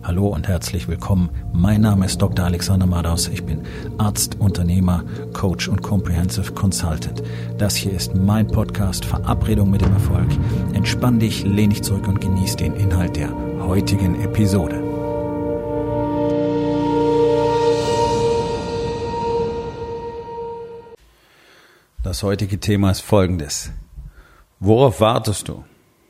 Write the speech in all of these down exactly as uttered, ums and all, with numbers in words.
Hallo und herzlich willkommen. Mein Name ist Doktor Alexander Madaus. Ich bin Arzt, Unternehmer, Coach und Comprehensive Consultant. Das hier ist mein Podcast Verabredung mit dem Erfolg. Entspann dich, lehn dich zurück und genieß den Inhalt der heutigen Episode. Das heutige Thema ist folgendes. Worauf wartest du?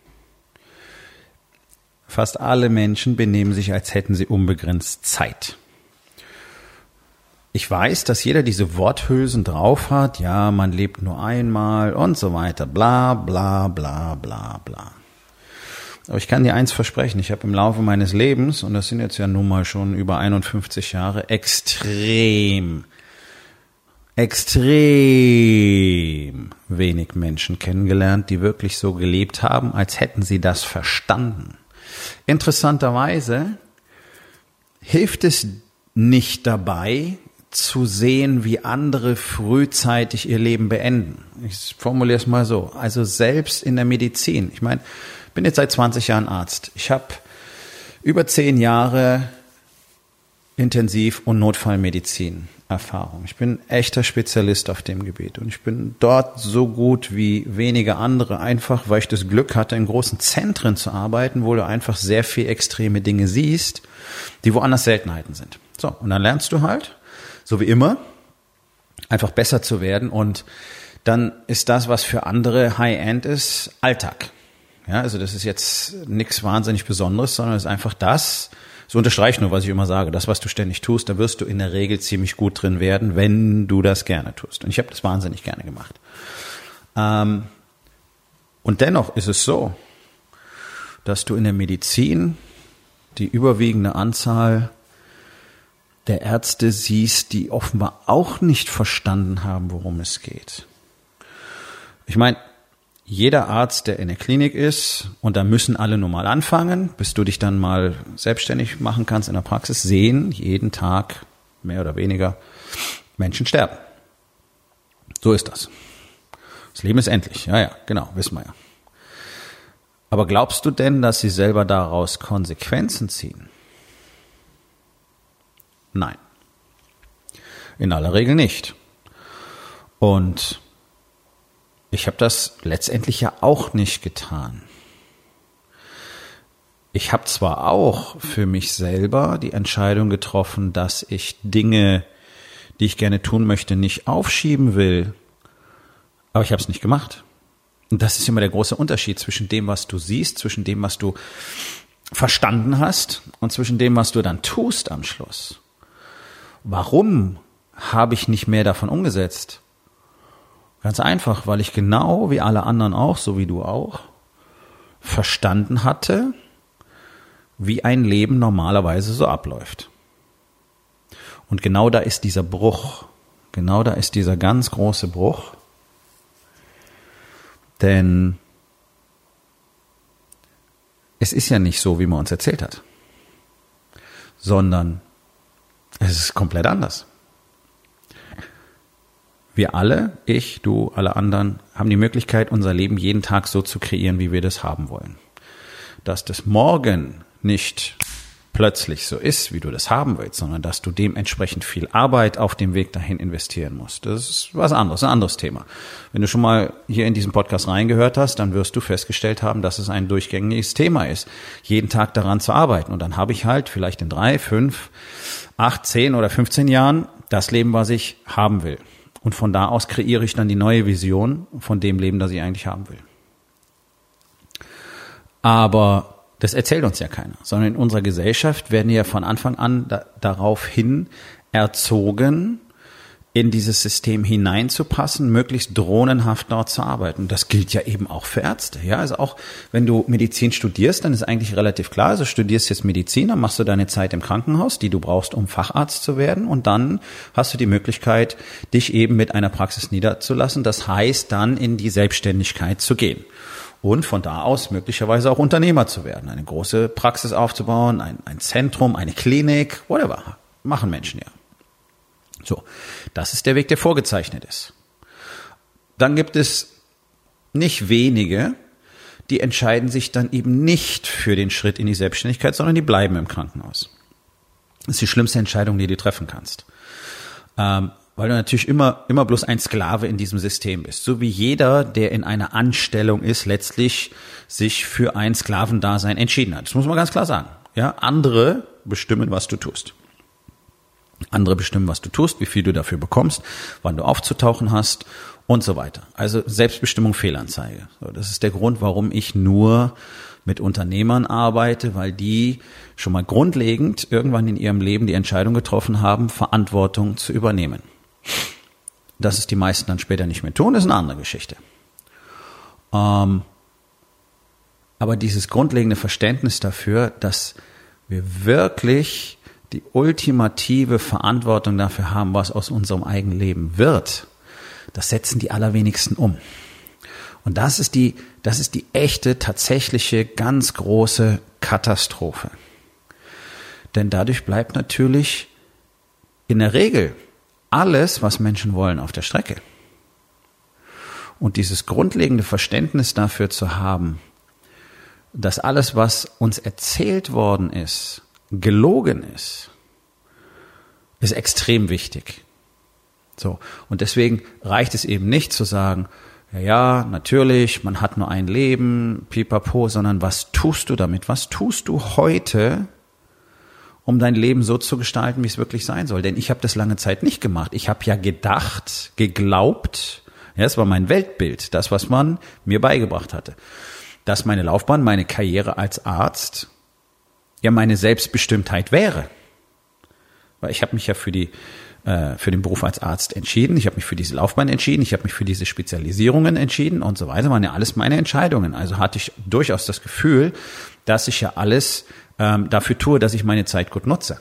Fast alle Menschen benehmen sich, als hätten sie unbegrenzt Zeit. Ich weiß, dass jeder diese Worthülsen drauf hat. Ja, man lebt nur einmal und so weiter. Bla, bla, bla, bla, bla. Aber ich kann dir eins versprechen. Ich habe im Laufe meines Lebens, und das sind jetzt ja nun mal schon über einundfünfzig Jahre, extrem, extrem wenig Menschen kennengelernt, die wirklich so gelebt haben, als hätten sie das verstanden. Interessanterweise hilft es nicht dabei, zu sehen, wie andere frühzeitig ihr Leben beenden. Ich formuliere es mal so. Also selbst in der Medizin. Ich meine, ich bin jetzt seit zwanzig Jahren Arzt. Ich habe über zehn Jahre Intensiv- und Notfallmedizin Erfahrung. Ich bin echter Spezialist auf dem Gebiet und ich bin dort so gut wie wenige andere, einfach weil ich das Glück hatte, in großen Zentren zu arbeiten, wo du einfach sehr viel extreme Dinge siehst, die woanders Seltenheiten sind. So, und dann lernst du halt, so wie immer, einfach besser zu werden und dann ist das, was für andere High-End ist, Alltag. Ja, also das ist jetzt nichts wahnsinnig Besonderes, sondern es ist einfach das. So unterstreicht nur, was ich immer sage. Das, was du ständig tust, da wirst du in der Regel ziemlich gut drin werden, wenn du das gerne tust. Und ich habe das wahnsinnig gerne gemacht. Ähm, und dennoch ist es so, dass du in der Medizin die überwiegende Anzahl der Ärzte siehst, die offenbar auch nicht verstanden haben, worum es geht. Ich meine, jeder Arzt, der in der Klinik ist, und da müssen alle nur mal anfangen, bis du dich dann mal selbstständig machen kannst in der Praxis, sehen jeden Tag mehr oder weniger Menschen sterben. So ist das. Das Leben ist endlich. Ja, ja, genau, wissen wir ja. Aber glaubst du denn, dass sie selber daraus Konsequenzen ziehen? Nein. In aller Regel nicht. Und ich habe das letztendlich ja auch nicht getan. Ich habe zwar auch für mich selber die Entscheidung getroffen, dass ich Dinge, die ich gerne tun möchte, nicht aufschieben will, aber ich habe es nicht gemacht. Und das ist immer der große Unterschied zwischen dem, was du siehst, zwischen dem, was du verstanden hast und zwischen dem, was du dann tust am Schluss. Warum habe ich nicht mehr davon umgesetzt? Ganz einfach, weil ich genau wie alle anderen auch, so wie du auch, verstanden hatte, wie ein Leben normalerweise so abläuft. Und genau da ist dieser Bruch, genau da ist dieser ganz große Bruch, denn es ist ja nicht so, wie man uns erzählt hat, sondern es ist komplett anders. Wir alle, ich, du, alle anderen, haben die Möglichkeit, unser Leben jeden Tag so zu kreieren, wie wir das haben wollen. Dass das morgen nicht plötzlich so ist, wie du das haben willst, sondern dass du dementsprechend viel Arbeit auf dem Weg dahin investieren musst. Das ist was anderes, ein anderes Thema. Wenn du schon mal hier in diesen Podcast reingehört hast, dann wirst du festgestellt haben, dass es ein durchgängiges Thema ist, jeden Tag daran zu arbeiten. Und dann habe ich halt vielleicht in drei, fünf, acht, zehn oder fünfzehn Jahren das Leben, was ich haben will. Und von da aus kreiere ich dann die neue Vision von dem Leben, das ich eigentlich haben will. Aber das erzählt uns ja keiner, sondern in unserer Gesellschaft werden ja von Anfang an da, darauf hin erzogen, in dieses System hineinzupassen, möglichst drohnenhaft dort zu arbeiten. Das gilt ja eben auch für Ärzte. Ja, also auch wenn du Medizin studierst, dann ist eigentlich relativ klar, also studierst jetzt Medizin, dann machst du deine Zeit im Krankenhaus, die du brauchst, um Facharzt zu werden, und dann hast du die Möglichkeit, dich eben mit einer Praxis niederzulassen. Das heißt, dann in die Selbstständigkeit zu gehen und von da aus möglicherweise auch Unternehmer zu werden, eine große Praxis aufzubauen, ein, ein Zentrum, eine Klinik, whatever. Machen Menschen ja. So, das ist der Weg, der vorgezeichnet ist. Dann gibt es nicht wenige, die entscheiden sich dann eben nicht für den Schritt in die Selbstständigkeit, sondern die bleiben im Krankenhaus. Das ist die schlimmste Entscheidung, die du treffen kannst. Ähm, weil du natürlich immer, immer bloß ein Sklave in diesem System bist. So wie jeder, der in einer Anstellung ist, letztlich sich für ein Sklavendasein entschieden hat. Das muss man ganz klar sagen. Ja, andere bestimmen, was du tust. Andere bestimmen, was du tust, wie viel du dafür bekommst, wann du aufzutauchen hast und so weiter. Also Selbstbestimmung, Fehlanzeige. So, das ist der Grund, warum ich nur mit Unternehmern arbeite, weil die schon mal grundlegend irgendwann in ihrem Leben die Entscheidung getroffen haben, Verantwortung zu übernehmen. Dass es die meisten dann später nicht mehr tun, ist eine andere Geschichte. Ähm, aber dieses grundlegende Verständnis dafür, dass wir wirklich die ultimative Verantwortung dafür haben, was aus unserem eigenen Leben wird, das setzen die allerwenigsten um. Und das ist die, das ist die echte, tatsächliche, ganz große Katastrophe. Denn dadurch bleibt natürlich in der Regel alles, was Menschen wollen, auf der Strecke. Und dieses grundlegende Verständnis dafür zu haben, dass alles, was uns erzählt worden ist, gelogen ist, ist extrem wichtig. So. Und deswegen reicht es eben nicht zu sagen, ja, ja, natürlich, man hat nur ein Leben, pipapo, sondern was tust du damit? Was tust du heute, um dein Leben so zu gestalten, wie es wirklich sein soll? Denn ich habe das lange Zeit nicht gemacht. Ich habe ja gedacht, geglaubt, ja, das war mein Weltbild, das, was man mir beigebracht hatte, dass meine Laufbahn, meine Karriere als Arzt ja meine Selbstbestimmtheit wäre. Weil ich habe mich ja für die äh, für den Beruf als Arzt entschieden, ich habe mich für diese Laufbahn entschieden, ich habe mich für diese Spezialisierungen entschieden und so weiter, waren ja alles meine Entscheidungen. Also hatte ich durchaus das Gefühl, dass ich ja alles ähm, dafür tue, dass ich meine Zeit gut nutze.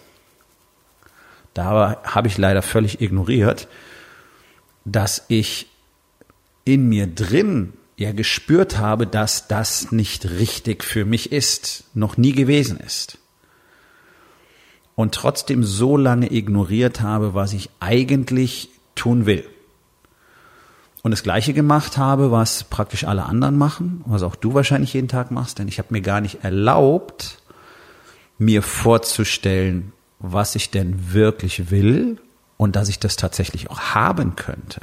Da habe ich leider völlig ignoriert, dass ich in mir drin ja gespürt habe, dass das nicht richtig für mich ist, noch nie gewesen ist. Und trotzdem so lange ignoriert habe, was ich eigentlich tun will. Und das Gleiche gemacht habe, was praktisch alle anderen machen, was auch du wahrscheinlich jeden Tag machst, denn ich habe mir gar nicht erlaubt, mir vorzustellen, was ich denn wirklich will und dass ich das tatsächlich auch haben könnte.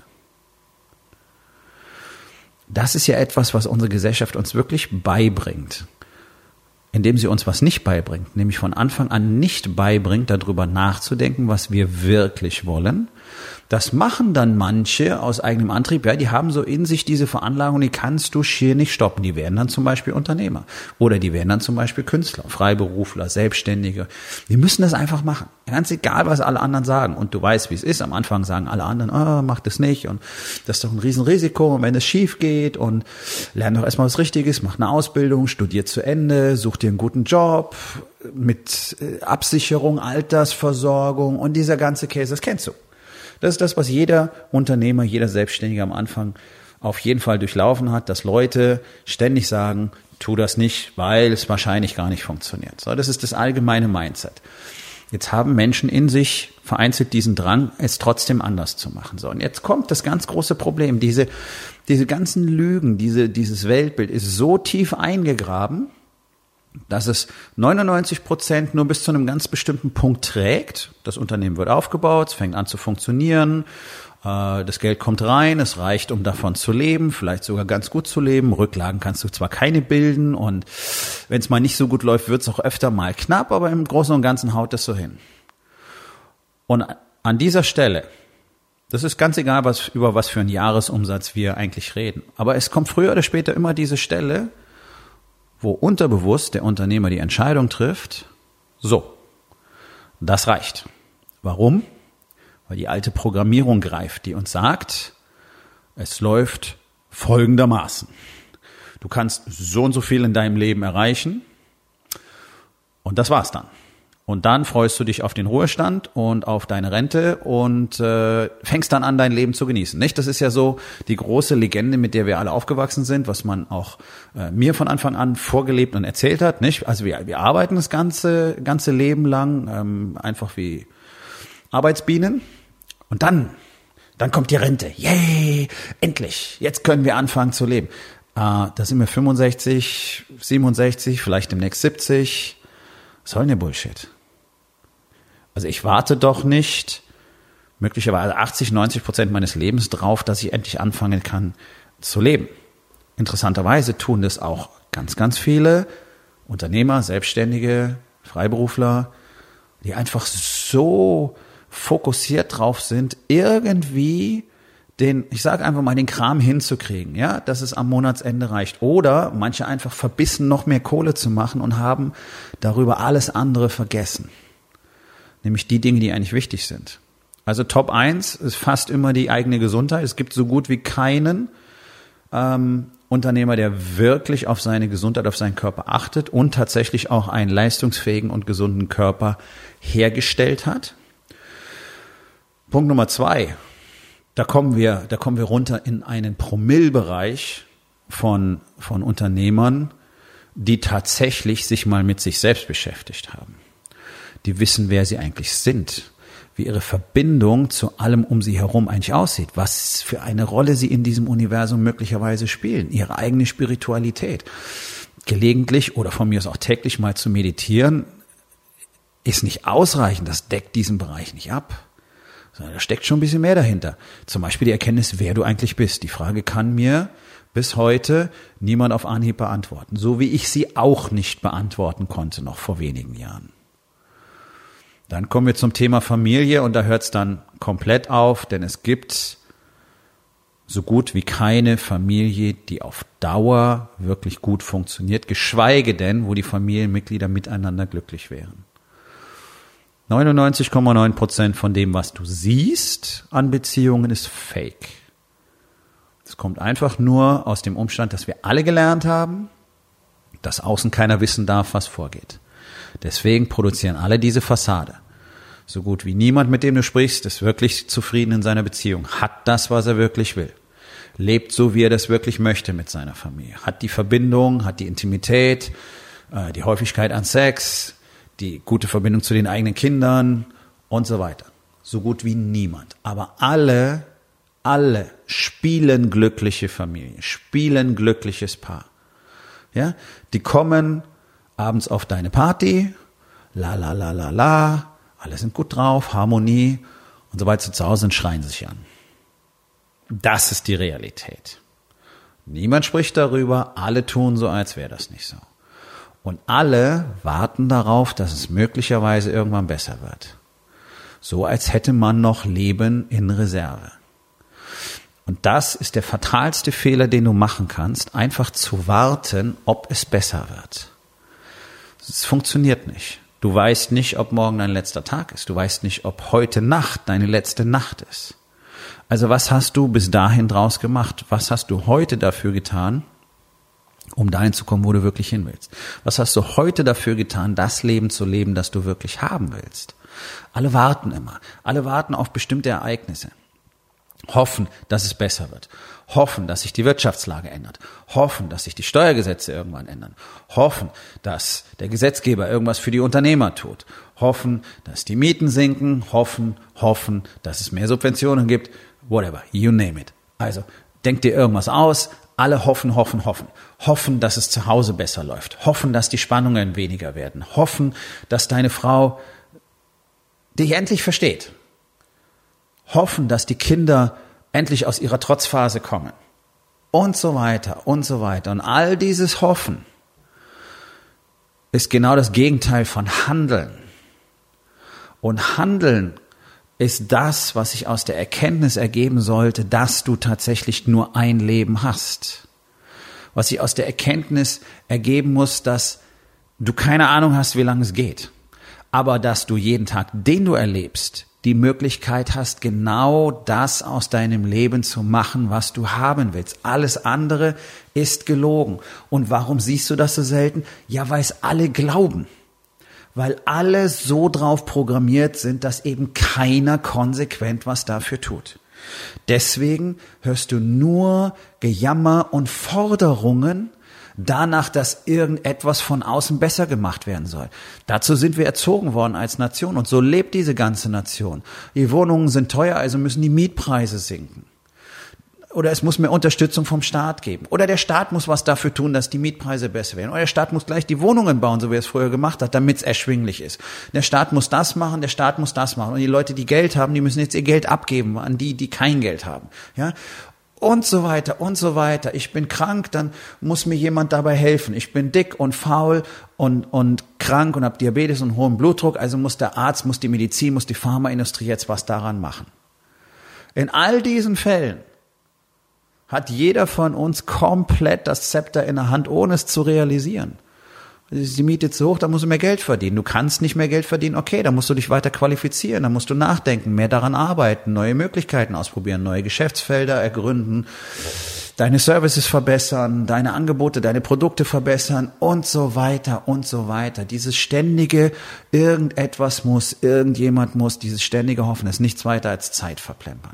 Das ist ja etwas, was unsere Gesellschaft uns wirklich beibringt, indem sie uns was nicht beibringt, nämlich von Anfang an nicht beibringt, darüber nachzudenken, was wir wirklich wollen. Das machen dann manche aus eigenem Antrieb, ja, die haben so in sich diese Veranlagung, die kannst du schier nicht stoppen. Die werden dann zum Beispiel Unternehmer oder die werden dann zum Beispiel Künstler, Freiberufler, Selbstständige. Die müssen das einfach machen, ganz egal, was alle anderen sagen. Und du weißt, wie es ist. Am Anfang sagen alle anderen, oh, mach das nicht und das ist doch ein Riesenrisiko. Und wenn es schief geht und lern doch erstmal was Richtiges, mach eine Ausbildung, studier zu Ende, such dir einen guten Job mit Absicherung, Altersversorgung und dieser ganze Käse, das kennst du. Das ist das, was jeder Unternehmer, jeder Selbstständige am Anfang auf jeden Fall durchlaufen hat, dass Leute ständig sagen, tu das nicht, weil es wahrscheinlich gar nicht funktioniert. So, das ist das allgemeine Mindset. Jetzt haben Menschen in sich vereinzelt diesen Drang, es trotzdem anders zu machen. So, und jetzt kommt das ganz große Problem. Diese, diese ganzen Lügen, diese, dieses Weltbild ist so tief eingegraben, dass es neunundneunzig Prozent nur bis zu einem ganz bestimmten Punkt trägt. Das Unternehmen wird aufgebaut, es fängt an zu funktionieren, das Geld kommt rein, es reicht, um davon zu leben, vielleicht sogar ganz gut zu leben. Rücklagen kannst du zwar keine bilden und wenn es mal nicht so gut läuft, wird es auch öfter mal knapp, aber im Großen und Ganzen haut es so hin. Und an dieser Stelle, das ist ganz egal, was, über was für einen Jahresumsatz wir eigentlich reden, aber es kommt früher oder später immer diese Stelle, wo unterbewusst der Unternehmer die Entscheidung trifft, so, das reicht. Warum? Weil die alte Programmierung greift, die uns sagt, es läuft folgendermaßen. Du kannst so und so viel in deinem Leben erreichen und das war's dann. Und dann freust du dich auf den Ruhestand und auf deine Rente und äh, fängst dann an, dein Leben zu genießen. Nicht? Das ist ja so die große Legende, mit der wir alle aufgewachsen sind, was man auch äh, mir von Anfang an vorgelebt und erzählt hat. Nicht? Also wir, wir arbeiten das ganze ganze Leben lang ähm, einfach wie Arbeitsbienen und dann dann kommt die Rente. Yay, endlich! Jetzt können wir anfangen zu leben. äh, da sind wir fünfundsechzig, siebenundsechzig, vielleicht demnächst siebzig. Was soll denn der Bullshit? Also ich warte doch nicht möglicherweise achtzig, neunzig Prozent meines Lebens drauf, dass ich endlich anfangen kann zu leben. Interessanterweise tun das auch ganz, ganz viele Unternehmer, Selbstständige, Freiberufler, die einfach so fokussiert drauf sind, irgendwie den, ich sage einfach mal, den Kram hinzukriegen, ja, dass es am Monatsende reicht. Oder manche einfach verbissen, noch mehr Kohle zu machen und haben darüber alles andere vergessen. Nämlich die Dinge, die eigentlich wichtig sind. Also Top eins ist fast immer die eigene Gesundheit. Es gibt so gut wie keinen ähm, Unternehmer, der wirklich auf seine Gesundheit, auf seinen Körper achtet und tatsächlich auch einen leistungsfähigen und gesunden Körper hergestellt hat. Punkt Nummer zwei. Da kommen wir, da kommen wir runter in einen Promillebereich von, von Unternehmern, die tatsächlich sich mal mit sich selbst beschäftigt haben. Die wissen, wer sie eigentlich sind, wie ihre Verbindung zu allem um sie herum eigentlich aussieht, was für eine Rolle sie in diesem Universum möglicherweise spielen, ihre eigene Spiritualität. Gelegentlich oder von mir aus auch täglich mal zu meditieren, ist nicht ausreichend, das deckt diesen Bereich nicht ab. Da steckt schon ein bisschen mehr dahinter. Zum Beispiel die Erkenntnis, wer du eigentlich bist. Die Frage kann mir bis heute niemand auf Anhieb beantworten. So wie ich sie auch nicht beantworten konnte, noch vor wenigen Jahren. Dann kommen wir zum Thema Familie und da hört es dann komplett auf, denn es gibt so gut wie keine Familie, die auf Dauer wirklich gut funktioniert, geschweige denn, wo die Familienmitglieder miteinander glücklich wären. neunundneunzig Komma neun Prozent von dem, was du siehst an Beziehungen, ist Fake. Es kommt einfach nur aus dem Umstand, dass wir alle gelernt haben, dass außen keiner wissen darf, was vorgeht. Deswegen produzieren alle diese Fassade. So gut wie niemand, mit dem du sprichst, ist wirklich zufrieden in seiner Beziehung, hat das, was er wirklich will, lebt so, wie er das wirklich möchte mit seiner Familie, hat die Verbindung, hat die Intimität, die Häufigkeit an Sex, die gute Verbindung zu den eigenen Kindern und so weiter. So gut wie niemand. Aber alle, alle spielen glückliche Familie, spielen glückliches Paar. Ja, die kommen abends auf deine Party, la la la la la, alle sind gut drauf, Harmonie, und sobald sie zu Hause sind, schreien sie sich an. Das ist die Realität. Niemand spricht darüber, alle tun so, als wäre das nicht so. Und alle warten darauf, dass es möglicherweise irgendwann besser wird. So als hätte man noch Leben in Reserve. Und das ist der fatalste Fehler, den du machen kannst, einfach zu warten, ob es besser wird. Es funktioniert nicht. Du weißt nicht, ob morgen dein letzter Tag ist. Du weißt nicht, ob heute Nacht deine letzte Nacht ist. Also was hast du bis dahin draus gemacht? Was hast du heute dafür getan, um dahin zu kommen, wo du wirklich hin willst? Was hast du heute dafür getan, das Leben zu leben, das du wirklich haben willst? Alle warten immer. Alle warten auf bestimmte Ereignisse. Hoffen, dass es besser wird. Hoffen, dass sich die Wirtschaftslage ändert. Hoffen, dass sich die Steuergesetze irgendwann ändern. Hoffen, dass der Gesetzgeber irgendwas für die Unternehmer tut. Hoffen, dass die Mieten sinken. Hoffen, hoffen, dass es mehr Subventionen gibt. Whatever, you name it. Also, denk dir irgendwas aus. Alle hoffen, hoffen, hoffen. Hoffen, dass es zu Hause besser läuft. Hoffen, dass die Spannungen weniger werden. Hoffen, dass deine Frau dich endlich versteht. Hoffen, dass die Kinder endlich aus ihrer Trotzphase kommen. Und so weiter und so weiter. Und all dieses Hoffen ist genau das Gegenteil von Handeln. Und Handeln ist das, was sich aus der Erkenntnis ergeben sollte, dass du tatsächlich nur ein Leben hast. Was sich aus der Erkenntnis ergeben muss, dass du keine Ahnung hast, wie lange es geht. Aber dass du jeden Tag, den du erlebst, die Möglichkeit hast, genau das aus deinem Leben zu machen, was du haben willst. Alles andere ist gelogen. Und warum siehst du das so selten? Ja, weil es alle glauben. Weil alle so drauf programmiert sind, dass eben keiner konsequent was dafür tut. Deswegen hörst du nur Gejammer und Forderungen danach, dass irgendetwas von außen besser gemacht werden soll. Dazu sind wir erzogen worden als Nation und so lebt diese ganze Nation. Die Wohnungen sind teuer, also müssen die Mietpreise sinken. Oder es muss mehr Unterstützung vom Staat geben. Oder der Staat muss was dafür tun, dass die Mietpreise besser werden. Oder der Staat muss gleich die Wohnungen bauen, so wie er es früher gemacht hat, damit es erschwinglich ist. Der Staat muss das machen, der Staat muss das machen. Und die Leute, die Geld haben, die müssen jetzt ihr Geld abgeben an die, die kein Geld haben. Ja? Und so weiter und so weiter. Ich bin krank, dann muss mir jemand dabei helfen. Ich bin dick und faul und, und krank und habe Diabetes und hohen Blutdruck. Also muss der Arzt, muss die Medizin, muss die Pharmaindustrie jetzt was daran machen. In all diesen Fällen hat jeder von uns komplett das Zepter in der Hand, ohne es zu realisieren. Ist die Miete zu hoch, dann musst du mehr Geld verdienen. Du kannst nicht mehr Geld verdienen, okay, dann musst du dich weiter qualifizieren, dann musst du nachdenken, mehr daran arbeiten, neue Möglichkeiten ausprobieren, neue Geschäftsfelder ergründen, deine Services verbessern, deine Angebote, deine Produkte verbessern und so weiter und so weiter. Dieses ständige, irgendetwas muss, irgendjemand muss, dieses ständige Hoffen ist nichts weiter als Zeit verplempern.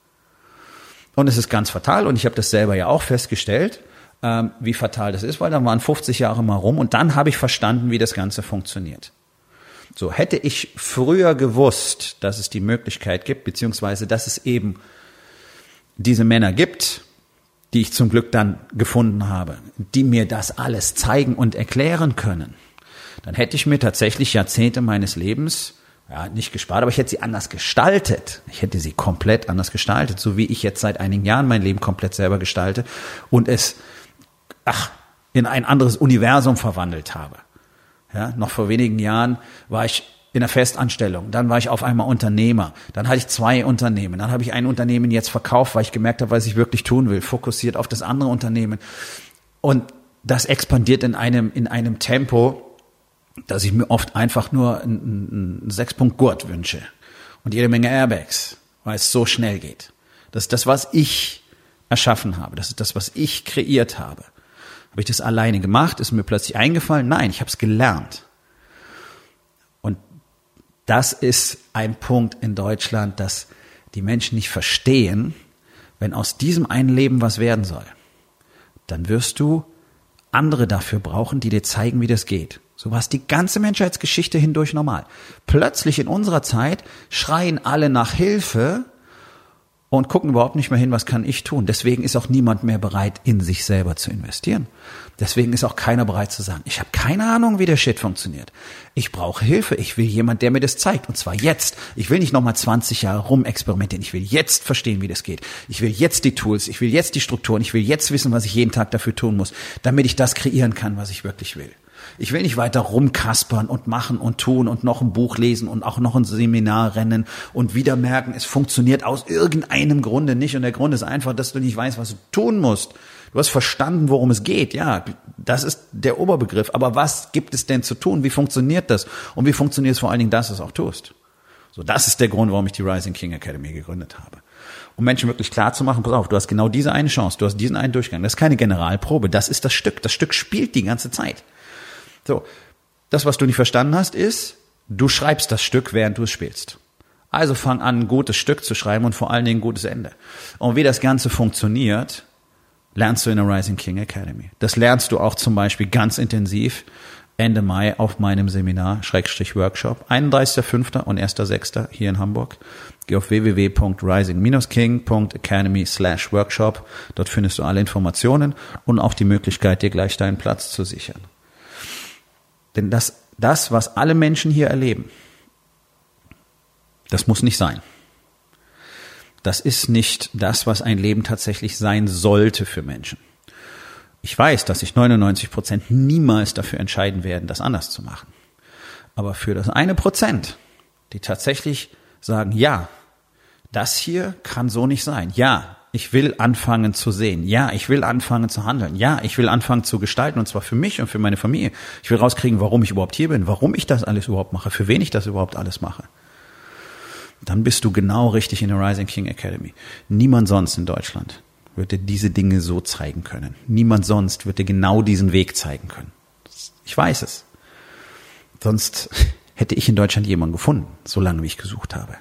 Und es ist ganz fatal, und ich habe das selber ja auch festgestellt, ähm, wie fatal das ist, weil dann waren fünfzig Jahre mal rum und dann habe ich verstanden, wie das Ganze funktioniert. So, hätte ich früher gewusst, dass es die Möglichkeit gibt, beziehungsweise dass es eben diese Männer gibt, die ich zum Glück dann gefunden habe, die mir das alles zeigen und erklären können, dann hätte ich mir tatsächlich Jahrzehnte meines Lebens ja, nicht gespart, aber ich hätte sie anders gestaltet. Ich hätte sie komplett anders gestaltet, so wie ich jetzt seit einigen Jahren mein Leben komplett selber gestalte und es, ach, in ein anderes Universum verwandelt habe. Ja, noch vor wenigen Jahren war ich in einer Festanstellung, dann war ich auf einmal Unternehmer, dann hatte ich zwei Unternehmen, dann habe ich ein Unternehmen jetzt verkauft, weil ich gemerkt habe, was ich wirklich tun will, fokussiert auf das andere Unternehmen. Und das expandiert in einem, in einem Tempo, dass ich mir oft einfach nur einen, einen Sechs-Punkt-Gurt wünsche und jede Menge Airbags, weil es so schnell geht. Das ist das, was ich erschaffen habe. Das ist das, was ich kreiert habe. Habe ich das alleine gemacht? Ist mir plötzlich eingefallen? Nein, ich habe es gelernt. Und das ist ein Punkt in Deutschland, dass die Menschen nicht verstehen, wenn aus diesem einen Leben was werden soll, dann wirst du andere dafür brauchen, die dir zeigen, wie das geht. So war es die ganze Menschheitsgeschichte hindurch normal. Plötzlich in unserer Zeit schreien alle nach Hilfe und gucken überhaupt nicht mehr hin, was kann ich tun. Deswegen ist auch niemand mehr bereit, in sich selber zu investieren. Deswegen ist auch keiner bereit zu sagen, ich habe keine Ahnung, wie der Shit funktioniert. Ich brauche Hilfe. Ich will jemand, der mir das zeigt. Und zwar jetzt. Ich will nicht nochmal zwanzig Jahre rumexperimentieren. Ich will jetzt verstehen, wie das geht. Ich will jetzt die Tools. Ich will jetzt die Strukturen. Ich will jetzt wissen, was ich jeden Tag dafür tun muss, damit ich das kreieren kann, was ich wirklich will. Ich will nicht weiter rumkaspern und machen und tun und noch ein Buch lesen und auch noch ein Seminar rennen und wieder merken, es funktioniert aus irgendeinem Grunde nicht. Und der Grund ist einfach, dass du nicht weißt, was du tun musst. Du hast verstanden, worum es geht. Ja, das ist der Oberbegriff. Aber was gibt es denn zu tun? Wie funktioniert das? Und wie funktioniert es vor allen Dingen, dass du es auch tust? So, das ist der Grund, warum ich die Rising King Academy gegründet habe. Um Menschen wirklich klar zu machen, pass auf, du hast genau diese eine Chance, du hast diesen einen Durchgang. Das ist keine Generalprobe, das ist das Stück. Das Stück spielt die ganze Zeit. So, das, was du nicht verstanden hast, ist, du schreibst das Stück, während du es spielst. Also fang an, ein gutes Stück zu schreiben und vor allen Dingen ein gutes Ende. Und wie das Ganze funktioniert, lernst du in der Rising King Academy. Das lernst du auch zum Beispiel ganz intensiv Ende Mai auf meinem Seminar, Schrägstrich Workshop, einunddreißigster fünfter und erster sechster hier in Hamburg. Geh auf w w w punkt rising dash king punkt academy slash workshop. Dort findest du alle Informationen und auch die Möglichkeit, dir gleich deinen Platz zu sichern. Denn das, das, was alle Menschen hier erleben, das muss nicht sein. Das ist nicht das, was ein Leben tatsächlich sein sollte für Menschen. Ich weiß, dass sich neunundneunzig Prozent niemals dafür entscheiden werden, das anders zu machen. Aber für das eine Prozent, die tatsächlich sagen, ja, das hier kann so nicht sein. Ja, ich will anfangen zu sehen. Ja, ich will anfangen zu handeln. Ja, ich will anfangen zu gestalten, und zwar für mich und für meine Familie. Ich will rauskriegen, warum ich überhaupt hier bin, warum ich das alles überhaupt mache, für wen ich das überhaupt alles mache. Dann bist du genau richtig in der Rising King Academy. Niemand sonst in Deutschland wird dir diese Dinge so zeigen können. Niemand sonst wird dir genau diesen Weg zeigen können. Ich weiß es. Sonst hätte ich in Deutschland jemanden gefunden, so lange wie ich gesucht habe.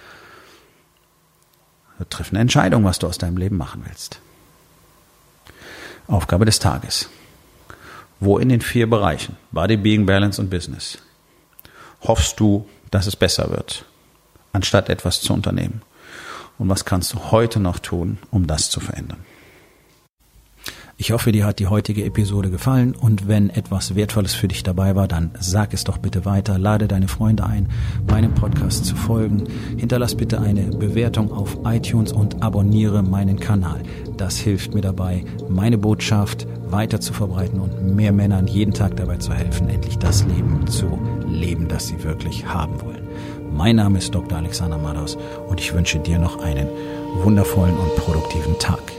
Triff eine Entscheidung, was du aus deinem Leben machen willst. Aufgabe des Tages. Wo in den vier Bereichen, Body, Being, Balance und Business, hoffst du, dass es besser wird, anstatt etwas zu unternehmen? Und was kannst du heute noch tun, um das zu verändern? Ich hoffe, dir hat die heutige Episode gefallen und wenn etwas Wertvolles für dich dabei war, dann sag es doch bitte weiter, lade deine Freunde ein, meinem Podcast zu folgen, hinterlass bitte eine Bewertung auf iTunes und abonniere meinen Kanal. Das hilft mir dabei, meine Botschaft weiter zu verbreiten und mehr Männern jeden Tag dabei zu helfen, endlich das Leben zu leben, das sie wirklich haben wollen. Mein Name ist Doktor Alexander Madaus und ich wünsche dir noch einen wundervollen und produktiven Tag.